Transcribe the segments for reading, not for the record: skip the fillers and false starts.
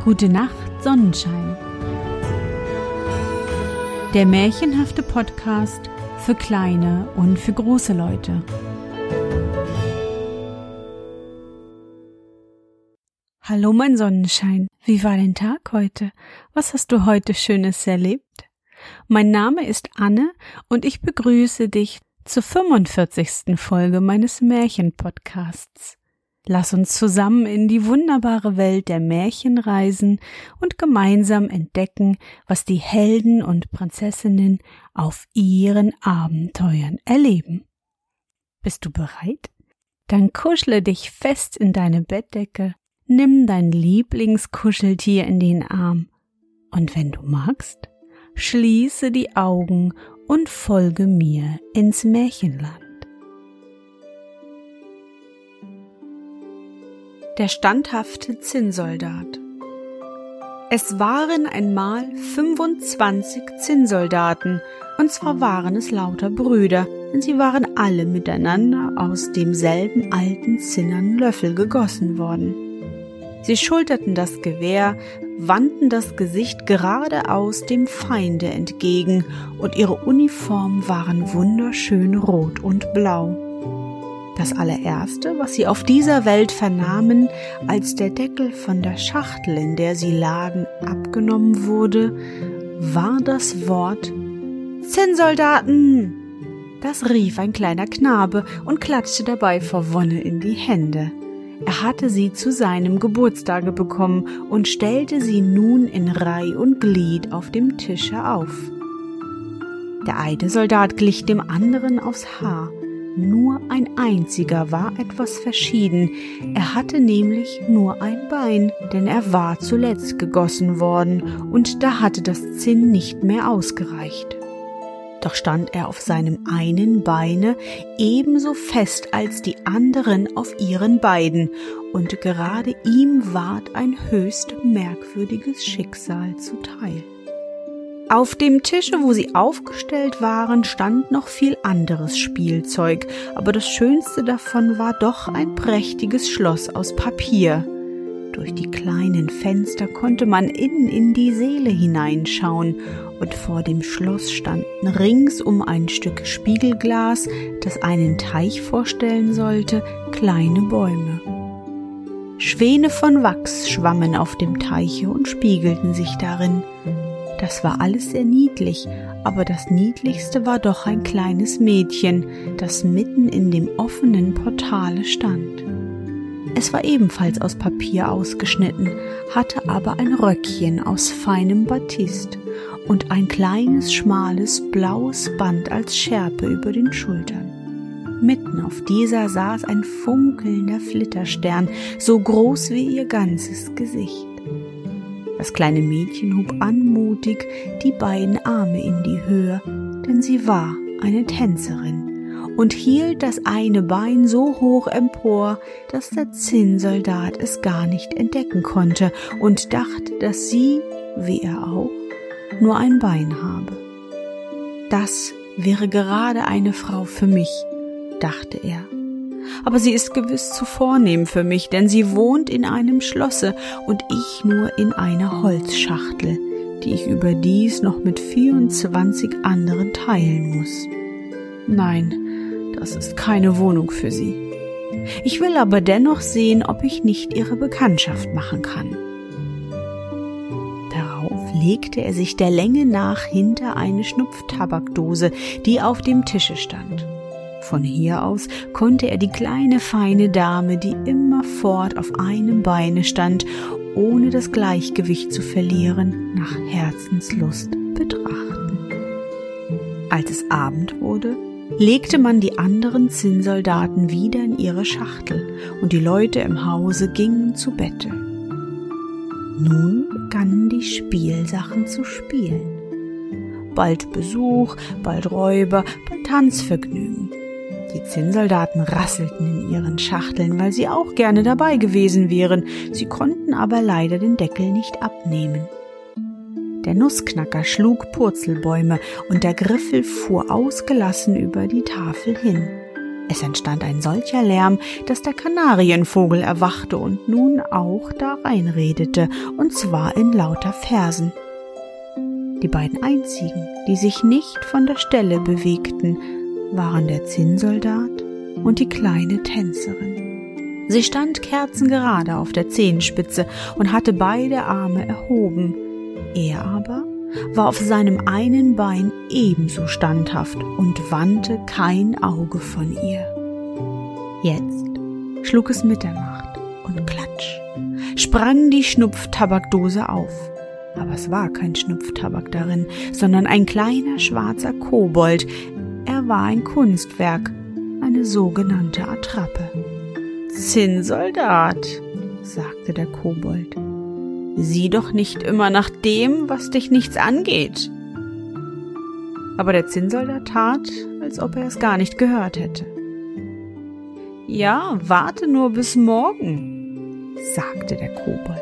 Gute Nacht, Sonnenschein. Der märchenhafte Podcast für kleine und für große Leute. Hallo mein Sonnenschein, wie war dein Tag heute? Was hast du heute Schönes erlebt? Mein Name ist Anne und ich begrüße dich zur 45. Folge meines Märchenpodcasts. Lass uns zusammen in die wunderbare Welt der Märchen reisen und gemeinsam entdecken, was die Helden und Prinzessinnen auf ihren Abenteuern erleben. Bist du bereit? Dann kuschle dich fest in deine Bettdecke, nimm dein Lieblingskuscheltier in den Arm und wenn du magst, schließe die Augen und folge mir ins Märchenland. Der standhafte Zinnsoldat. Es waren einmal 25 Zinnsoldaten, und zwar waren es lauter Brüder, denn sie waren alle miteinander aus demselben alten zinnernen Löffel gegossen worden. Sie schulterten das Gewehr, wandten das Gesicht geradeaus dem Feinde entgegen, und ihre Uniformen waren wunderschön rot und blau. Das allererste, was sie auf dieser Welt vernahmen, als der Deckel von der Schachtel, in der sie lagen, abgenommen wurde, war das Wort »Zinnsoldaten«. Das rief ein kleiner Knabe und klatschte dabei vor Wonne in die Hände. Er hatte sie zu seinem Geburtstage bekommen und stellte sie nun in Reih und Glied auf dem Tische auf. Der eine Soldat glich dem anderen aufs Haar. Nur ein einziger war etwas verschieden, er hatte nämlich nur ein Bein, denn er war zuletzt gegossen worden, und da hatte das Zinn nicht mehr ausgereicht. Doch stand er auf seinem einen Beine ebenso fest als die anderen auf ihren beiden, und gerade ihm ward ein höchst merkwürdiges Schicksal zuteil. Auf dem Tische, wo sie aufgestellt waren, stand noch viel anderes Spielzeug, aber das Schönste davon war doch ein prächtiges Schloss aus Papier. Durch die kleinen Fenster konnte man innen in die Säle hineinschauen, und vor dem Schloss standen rings um ein Stück Spiegelglas, das einen Teich vorstellen sollte, kleine Bäume. Schwäne von Wachs schwammen auf dem Teiche und spiegelten sich darin. Das war alles sehr niedlich, aber das Niedlichste war doch ein kleines Mädchen, das mitten in dem offenen Portale stand. Es war ebenfalls aus Papier ausgeschnitten, hatte aber ein Röckchen aus feinem Batist und ein kleines, schmales, blaues Band als Schärpe über den Schultern. Mitten auf dieser saß ein funkelnder Flitterstern, so groß wie ihr ganzes Gesicht. Das kleine Mädchen hob anmutig die beiden Arme in die Höhe, denn sie war eine Tänzerin und hielt das eine Bein so hoch empor, dass der Zinnsoldat es gar nicht entdecken konnte und dachte, dass sie, wie er auch, nur ein Bein habe. Das wäre gerade eine Frau für mich, dachte er. Aber sie ist gewiss zu vornehm für mich, denn sie wohnt in einem Schlosse und ich nur in einer Holzschachtel, die ich überdies noch mit 24 anderen teilen muss. Nein, das ist keine Wohnung für sie. Ich will aber dennoch sehen, ob ich nicht ihre Bekanntschaft machen kann. Darauf legte er sich der Länge nach hinter eine Schnupftabakdose, die auf dem Tische stand. Von hier aus konnte er die kleine, feine Dame, die immerfort auf einem Beine stand, ohne das Gleichgewicht zu verlieren, nach Herzenslust betrachten. Als es Abend wurde, legte man die anderen Zinnsoldaten wieder in ihre Schachtel, und die Leute im Hause gingen zu Bette. Nun begannen die Spielsachen zu spielen. Bald Besuch, bald Räuber, bald Tanzvergnügen. Die Zinnsoldaten rasselten in ihren Schachteln, weil sie auch gerne dabei gewesen wären. Sie konnten aber leider den Deckel nicht abnehmen. Der Nussknacker schlug Purzelbäume und der Griffel fuhr ausgelassen über die Tafel hin. Es entstand ein solcher Lärm, dass der Kanarienvogel erwachte und nun auch da reinredete, und zwar in lauter Versen. Die beiden einzigen, die sich nicht von der Stelle bewegten, waren der Zinnsoldat und die kleine Tänzerin. Sie stand kerzengerade auf der Zehenspitze und hatte beide Arme erhoben. Er aber war auf seinem einen Bein ebenso standhaft und wandte kein Auge von ihr. Jetzt schlug es Mitternacht und klatsch, sprang die Schnupftabakdose auf. Aber es war kein Schnupftabak darin, sondern ein kleiner schwarzer Kobold. Er war ein Kunstwerk, eine sogenannte Attrappe. »Zinnsoldat«, sagte der Kobold, »sieh doch nicht immer nach dem, was dich nichts angeht.« Aber der Zinnsoldat tat, als ob er es gar nicht gehört hätte. »Ja, warte nur bis morgen«, sagte der Kobold.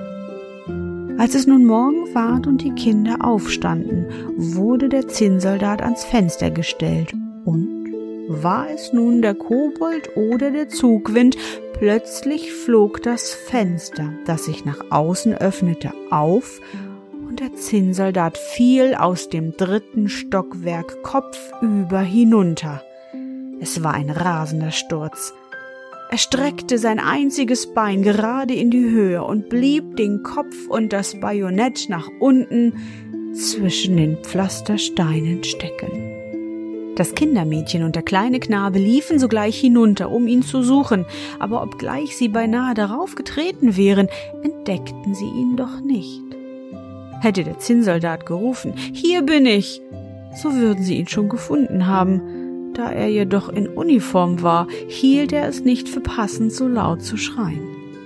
Als es nun Morgen ward und die Kinder aufstanden, wurde der Zinnsoldat ans Fenster gestellt, und war es nun der Kobold oder der Zugwind, plötzlich flog das Fenster, das sich nach außen öffnete, auf, und der Zinnsoldat fiel aus dem 3. Stockwerk kopfüber hinunter. Es war ein rasender Sturz. Er streckte sein einziges Bein gerade in die Höhe und blieb den Kopf und das Bajonett nach unten zwischen den Pflastersteinen stecken. Das Kindermädchen und der kleine Knabe liefen sogleich hinunter, um ihn zu suchen, aber obgleich sie beinahe darauf getreten wären, entdeckten sie ihn doch nicht. Hätte der Zinnsoldat gerufen, »Hier bin ich«, so würden sie ihn schon gefunden haben. Da er jedoch in Uniform war, hielt er es nicht für passend, so laut zu schreien.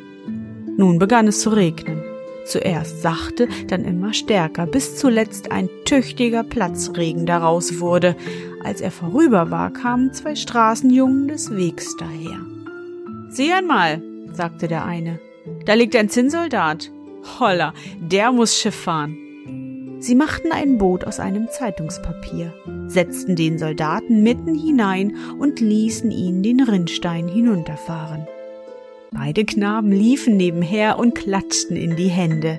Nun begann es zu regnen. Zuerst sachte, dann immer stärker, bis zuletzt ein tüchtiger Platzregen daraus wurde. Als er vorüber war, kamen 2 Straßenjungen des Wegs daher. »Sieh einmal«, sagte der eine, »da liegt ein Zinnsoldat. Holla, der muss Schiff fahren.« Sie machten ein Boot aus einem Zeitungspapier, setzten den Soldaten mitten hinein und ließen ihn den Rinnstein hinunterfahren. Beide Knaben liefen nebenher und klatschten in die Hände.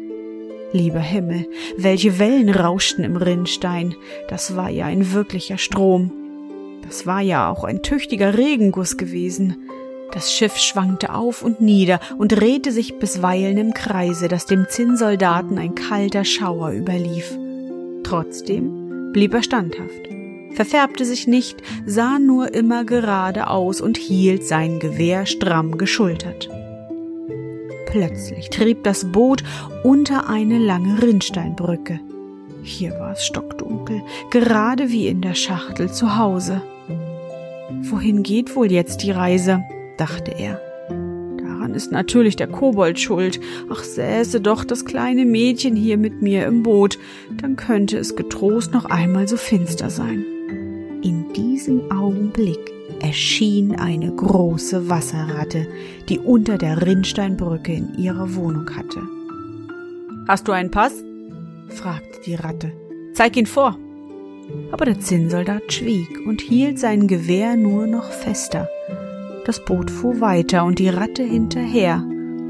Lieber Himmel, welche Wellen rauschten im Rinnstein, das war ja ein wirklicher Strom. Das war ja auch ein tüchtiger Regenguss gewesen. Das Schiff schwankte auf und nieder und drehte sich bisweilen im Kreise, dass dem Zinnsoldaten ein kalter Schauer überlief. Trotzdem blieb er standhaft, verfärbte sich nicht, sah nur immer gerade aus und hielt sein Gewehr stramm geschultert. Plötzlich trieb das Boot unter eine lange Rinnsteinbrücke. Hier war es stockdunkel, gerade wie in der Schachtel zu Hause. »Wohin geht wohl jetzt die Reise?« dachte er. »Daran ist natürlich der Kobold schuld. Ach, säße doch das kleine Mädchen hier mit mir im Boot, dann könnte es getrost noch einmal so finster sein.« In diesem Augenblick erschien eine große Wasserratte, die unter der Rinnsteinbrücke in ihrer Wohnung hatte. »Hast du einen Pass?« fragte die Ratte. »Zeig ihn vor.« Aber der Zinnsoldat schwieg und hielt sein Gewehr nur noch fester. Das Boot fuhr weiter und die Ratte hinterher.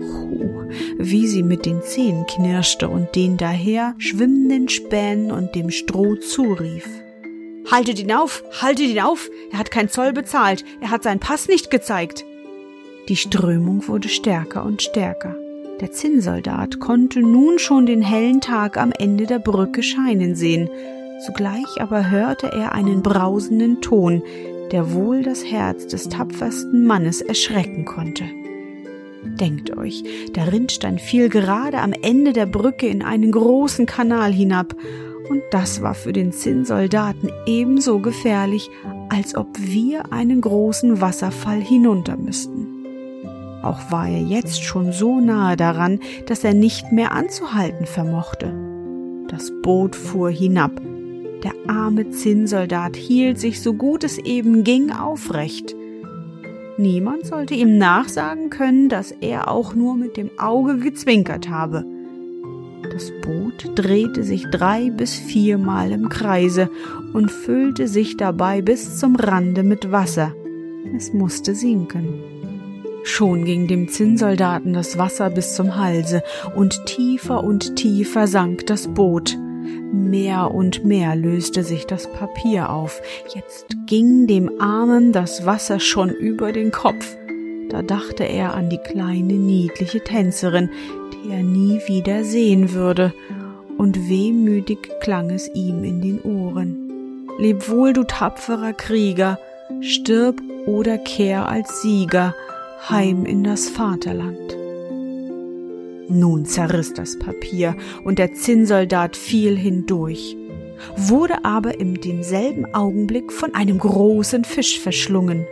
Wie sie mit den Zähnen knirschte und den daher schwimmenden Spänen und dem Stroh zurief. »Haltet ihn auf! Haltet ihn auf! Er hat keinen Zoll bezahlt! Er hat seinen Pass nicht gezeigt!« Die Strömung wurde stärker und stärker. Der Zinnsoldat konnte nun schon den hellen Tag am Ende der Brücke scheinen sehen. Zugleich aber hörte er einen brausenden Ton, der wohl das Herz des tapfersten Mannes erschrecken konnte. Denkt euch, der Rinnstein fiel gerade am Ende der Brücke in einen großen Kanal hinab, und das war für den Zinnsoldaten ebenso gefährlich, als ob wir einen großen Wasserfall hinunter müssten. Auch war er jetzt schon so nahe daran, dass er nicht mehr anzuhalten vermochte. Das Boot fuhr hinab. Der arme Zinnsoldat hielt sich, so gut es eben ging, aufrecht. Niemand sollte ihm nachsagen können, dass er auch nur mit dem Auge gezwinkert habe. Das Boot drehte sich 3 bis 4 Mal im Kreise und füllte sich dabei bis zum Rande mit Wasser. Es musste sinken. Schon ging dem Zinnsoldaten das Wasser bis zum Halse, und tiefer sank das Boot. Mehr und mehr löste sich das Papier auf. Jetzt ging dem Armen das Wasser schon über den Kopf. Da dachte er an die kleine, niedliche Tänzerin, die er nie wieder sehen würde, und wehmütig klang es ihm in den Ohren. Leb wohl, du tapferer Krieger, stirb oder kehr als Sieger heim in das Vaterland. Nun zerriss das Papier, und der Zinnsoldat fiel hindurch, wurde aber in demselben Augenblick von einem großen Fisch verschlungen.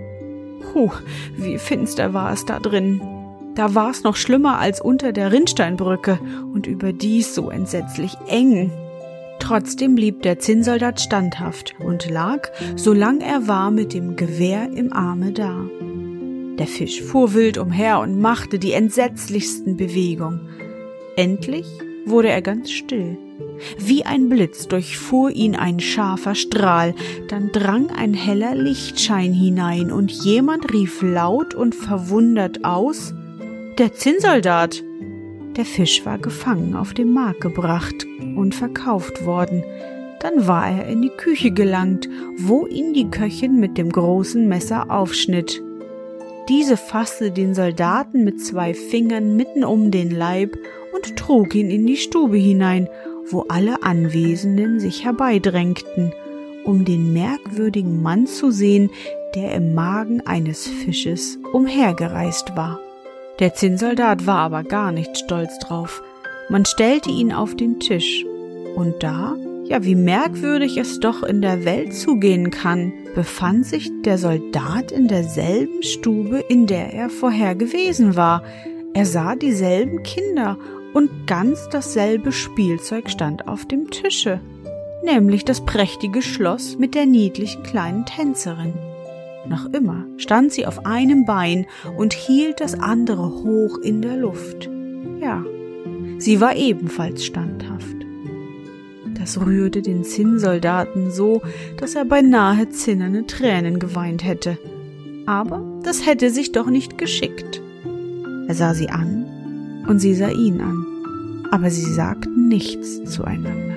Wie finster war es da drin. Da war es noch schlimmer als unter der Rinnsteinbrücke und überdies so entsetzlich eng. Trotzdem blieb der Zinnsoldat standhaft und lag, solang er war, mit dem Gewehr im Arme da. Der Fisch fuhr wild umher und machte die entsetzlichsten Bewegungen. Endlich wurde er ganz still. Wie ein Blitz durchfuhr ihn ein scharfer Strahl, dann drang ein heller Lichtschein hinein, und jemand rief laut und verwundert aus: »Der Zinnsoldat!« Der Fisch war gefangen auf den Markt gebracht und verkauft worden. Dann war er in die Küche gelangt, wo ihn die Köchin mit dem großen Messer aufschnitt. Diese fasste den Soldaten mit 2 Fingern mitten um den Leib und trug ihn in die Stube hinein, wo alle Anwesenden sich herbeidrängten, um den merkwürdigen Mann zu sehen, der im Magen eines Fisches umhergereist war. Der Zinnsoldat war aber gar nicht stolz drauf. Man stellte ihn auf den Tisch, und da, ja, wie merkwürdig es doch in der Welt zugehen kann, befand sich der Soldat in derselben Stube, in der er vorher gewesen war. Er sah dieselben Kinder, und ganz dasselbe Spielzeug stand auf dem Tische, nämlich das prächtige Schloss mit der niedlichen kleinen Tänzerin. Noch immer stand sie auf einem Bein und hielt das andere hoch in der Luft. Ja, sie war ebenfalls standhaft. Das rührte den Zinnsoldaten so, dass er beinahe zinnerne Tränen geweint hätte. Aber das hätte sich doch nicht geschickt. Er sah sie an, und sie sah ihn an, aber sie sagten nichts zueinander.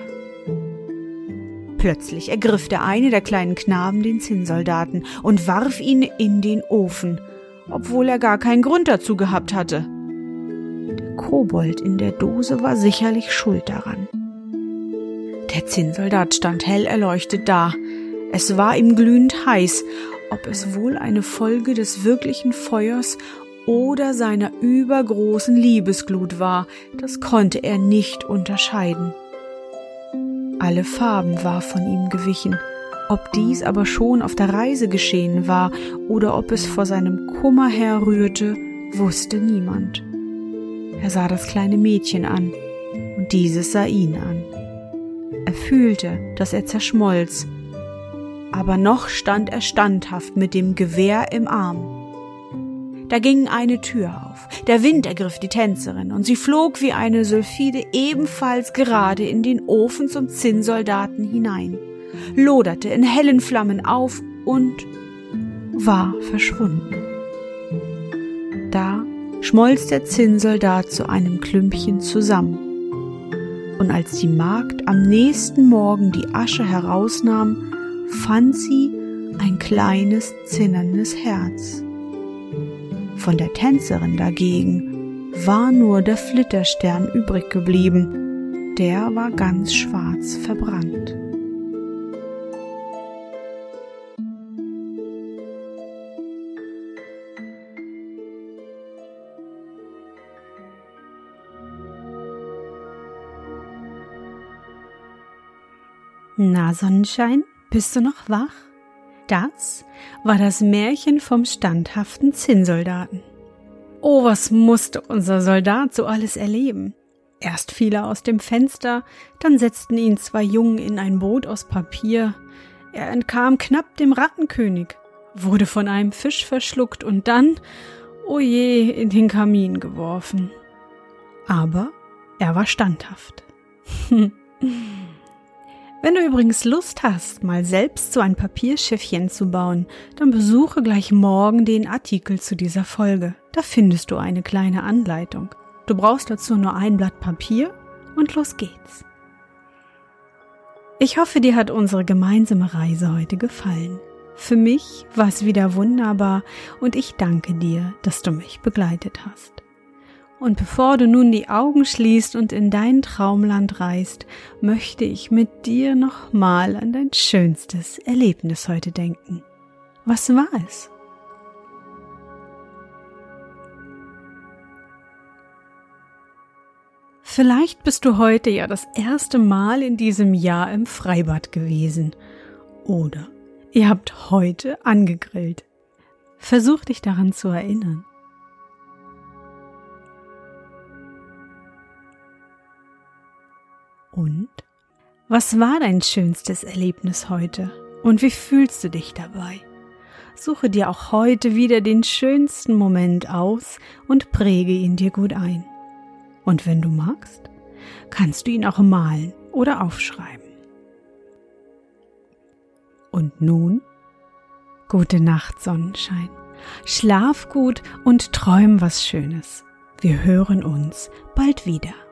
Plötzlich ergriff der eine der kleinen Knaben den Zinnsoldaten und warf ihn in den Ofen, obwohl er gar keinen Grund dazu gehabt hatte. Der Kobold in der Dose war sicherlich schuld daran. Der Zinnsoldat stand hell erleuchtet da. Es war ihm glühend heiß, ob es wohl eine Folge des wirklichen Feuers oder seiner übergroßen Liebesglut war, das konnte er nicht unterscheiden. Alle Farben war von ihm gewichen, ob dies aber schon auf der Reise geschehen war oder ob es vor seinem Kummer herrührte, wusste niemand. Er sah das kleine Mädchen an, und dieses sah ihn an. Er fühlte, dass er zerschmolz, aber noch stand er standhaft mit dem Gewehr im Arm. Da ging eine Tür auf, der Wind ergriff die Tänzerin, und sie flog wie eine Sylphide ebenfalls gerade in den Ofen zum Zinnsoldaten hinein, loderte in hellen Flammen auf und war verschwunden. Da schmolz der Zinnsoldat zu einem Klümpchen zusammen, und als die Magd am nächsten Morgen die Asche herausnahm, fand sie ein kleines, zinnerndes Herz. Von der Tänzerin dagegen war nur der Flitterstern übrig geblieben, der war ganz schwarz verbrannt. Na, Sonnenschein, bist du noch wach? Das war das Märchen vom standhaften Zinnsoldaten. Oh, was musste unser Soldat so alles erleben? Erst fiel er aus dem Fenster, dann setzten ihn 2 Jungen in ein Boot aus Papier. Er entkam knapp dem Rattenkönig, wurde von einem Fisch verschluckt und dann, oh je, in den Kamin geworfen. Aber er war standhaft. Wenn du übrigens Lust hast, mal selbst so ein Papierschiffchen zu bauen, dann besuche gleich morgen den Artikel zu dieser Folge. Da findest du eine kleine Anleitung. Du brauchst dazu nur ein Blatt Papier und los geht's. Ich hoffe, dir hat unsere gemeinsame Reise heute gefallen. Für mich war es wieder wunderbar und ich danke dir, dass du mich begleitet hast. Und bevor du nun die Augen schließt und in dein Traumland reist, möchte ich mit dir nochmal an dein schönstes Erlebnis heute denken. Was war es? Vielleicht bist du heute ja das erste Mal in diesem Jahr im Freibad gewesen. Oder ihr habt heute angegrillt. Versuch dich daran zu erinnern. Und? Was war dein schönstes Erlebnis heute? Und wie fühlst du dich dabei? Suche dir auch heute wieder den schönsten Moment aus und präge ihn dir gut ein. Und wenn du magst, kannst du ihn auch malen oder aufschreiben. Und nun, gute Nacht, Sonnenschein. Schlaf gut und träum was Schönes. Wir hören uns bald wieder.